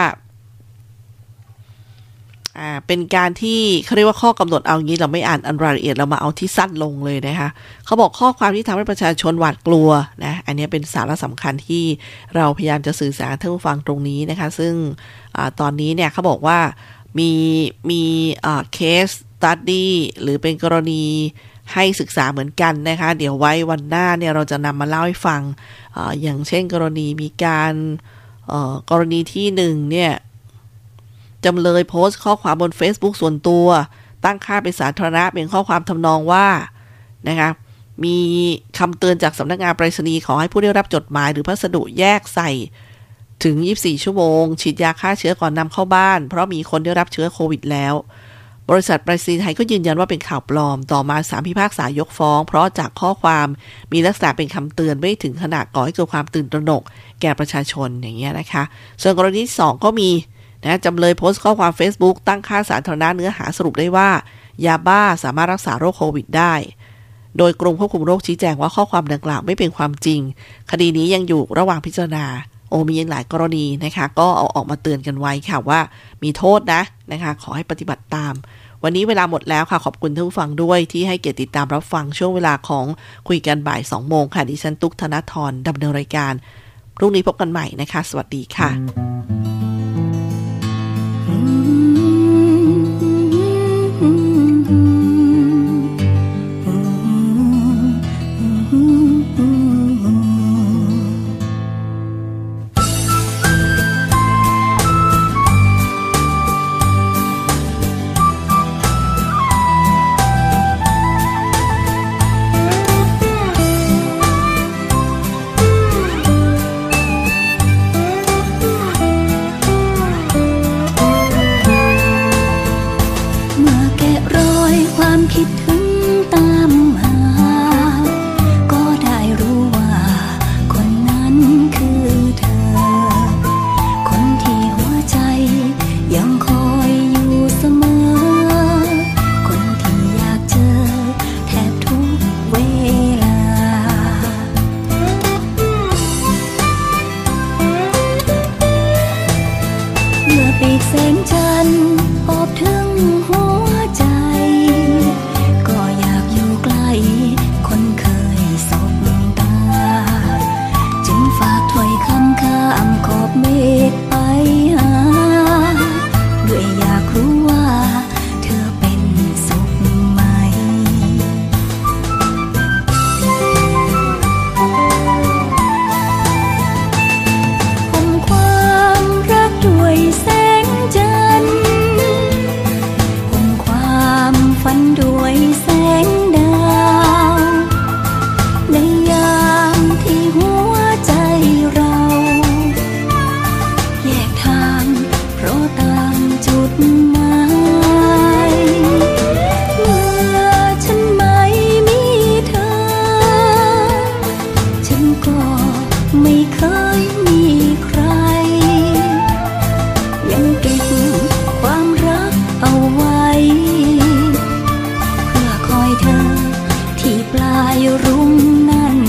A: เป็นการที่เขาเรียกว่าข้อกำหนดเอางี้เราไม่อ่านรายละเอียดเรามาเอาที่สั้นลงเลยนะคะเขาบอกข้อความที่ทำให้ประชาชนหวาดกลัวนะอันนี้เป็นสาระสำคัญที่เราพยายามจะสื่อสารท่านผู้ฟังตรงนี้นะคะซึ่งตอนนี้เนี่ยเขาบอกว่ามีเคสสตั๊ดดี้หรือเป็นกรณีให้ศึกษาเหมือนกันนะคะเดี๋ยวไว้วันหน้าเนี่ยเราจะนำมาเล่าให้ฟังอย่างเช่นกรณีมีการกรณีที่หนึ่งเนี่ยจำเลยโพสต์ข้อความบน Facebook ส่วนตัวตั้งค่าเป็นสาธารณะเป็นข้อความทำนองว่านะคะมีคำเตือนจากสำนักงานไปรษณีย์ขอให้ผู้ได้รับจดหมายหรือพัสดุแยกใส่ถึง24ชั่วโมงฉีดยาฆ่าเชื้อก่อนนำเข้าบ้านเพราะมีคนได้รับเชื้อโควิดแล้วบริษัทไปรษณีย์ไทยก็ยืนยันว่าเป็นข่าวปลอมต่อมาศาลพิพากษายกฟ้องเพราะจากข้อความมีลักษณะเป็นคำเตือนไม่ถึงขนาดก่อให้เกิดความตื่นตระหนกแก่ประชาชนอย่างเงี้ยนะคะส่วนกรณีที่2ก็มีนะจำเลยโพสต์ข้อความ Facebook ตั้งค่าสาธารณะเนื้อหาสรุปได้ว่ายาบ้าสามารถรักษาโรคโควิดได้โดยกรมควบคุมโรคชี้แจงว่าข้อความดังกล่าวไม่เป็นความจริงคดีนี้ยังอยู่ระหว่างพิจารณามีหลายกรณีนะคะก็เอาออกมาเตือนกันไว้ค่ะว่ามีโทษนะคะขอให้ปฏิบัติตามวันนี้เวลาหมดแล้วค่ะขอบคุณท่านผู้ฟังด้วยที่ให้เกียรติติดตามรับฟังช่วงเวลาของคุยกันบ่าย 2 โมงค่ะดิฉันตุ๊กธนธรดำเนินรายการพรุ่งนี้พบกันใหม่นะคะสวัสดีค่ะ
H: คิดถึงตามหาก็ได้รู้ว่าคนนั้นคือเธอคนที่หัวใจยังคอยอยู่เสมอคนที่อยากเจอแทบทุกเวลาเมื่อปีกแสงจันทร์ปอบถึงหัวใจคนเคยสบตาจึงฝากถ้อยคำข้ามขอบเมฆไปหาด้วยอยากรู้ว่าเธอเป็นสุขไหมห่มความรักด้วยแสงจันทร์ห่มความฝันด้วยแสงดาวในยามที่หัวใจเราแยกทางเพราะต่างจุดหมายเมื่อฉันไม่มีเธอฉันก็ไม่เคยมีใครยังเก็บความรักเอาไว้เพื่อคอยเธอที่ปลายรุ่งนั้น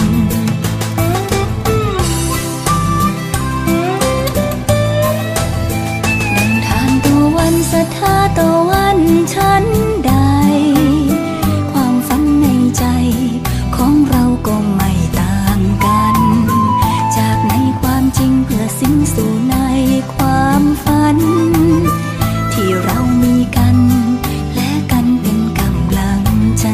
H: ดังทานตะวันสถาตะวันฉันใดความฝันในใจของเราก็ไม่ต่างกันจากในความจริงเพื่อสิ้นสู่ในความฝันที่เรามีกันและกันเป็นกำลังใจ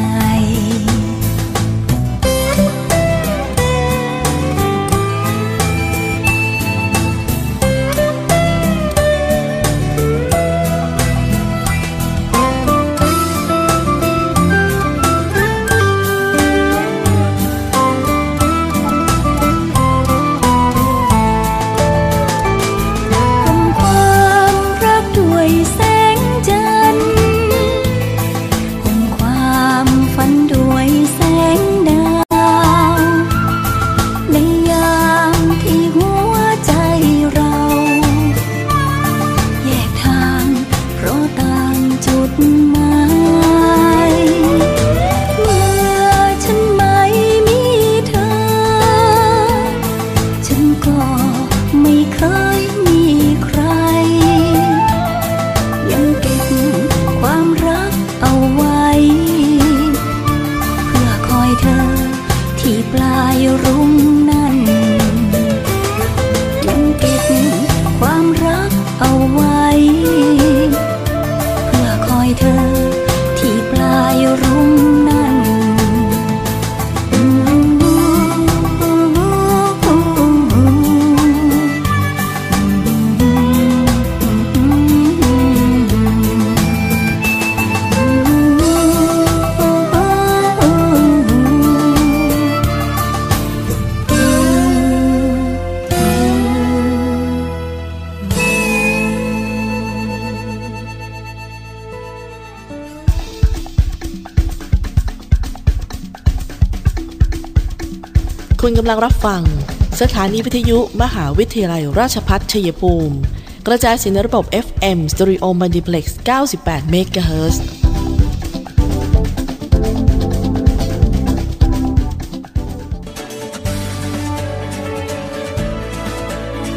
A: คุณกำลังรับฟังสถานีวิทยุมหาวิทยาลัยราชภัฏชัยภูมิกระจายเสียงในระบบ FM Stereo Multiplex 98 MHz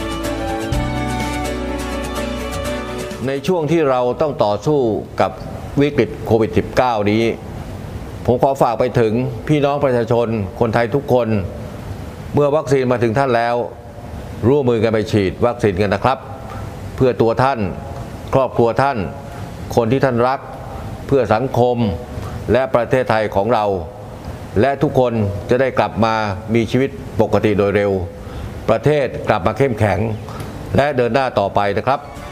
C: ในช่วงที่เราต้องต่อสู้กับวิกฤตโควิด -19 นี้ผมขอฝากไปถึงพี่น้องประชาชนคนไทยทุกคนเมื่อวัคซีนมาถึงท่านแล้วร่วมมือกันไปฉีดวัคซีนกันนะครับเพื่อตัวท่านครอบครัวท่านคนที่ท่านรักเพื่อสังคมและประเทศไทยของเราและทุกคนจะได้กลับมามีชีวิตปกติโดยเร็วประเทศกลับมาเข้มแข็งและเดินหน้าต่อไปนะครับ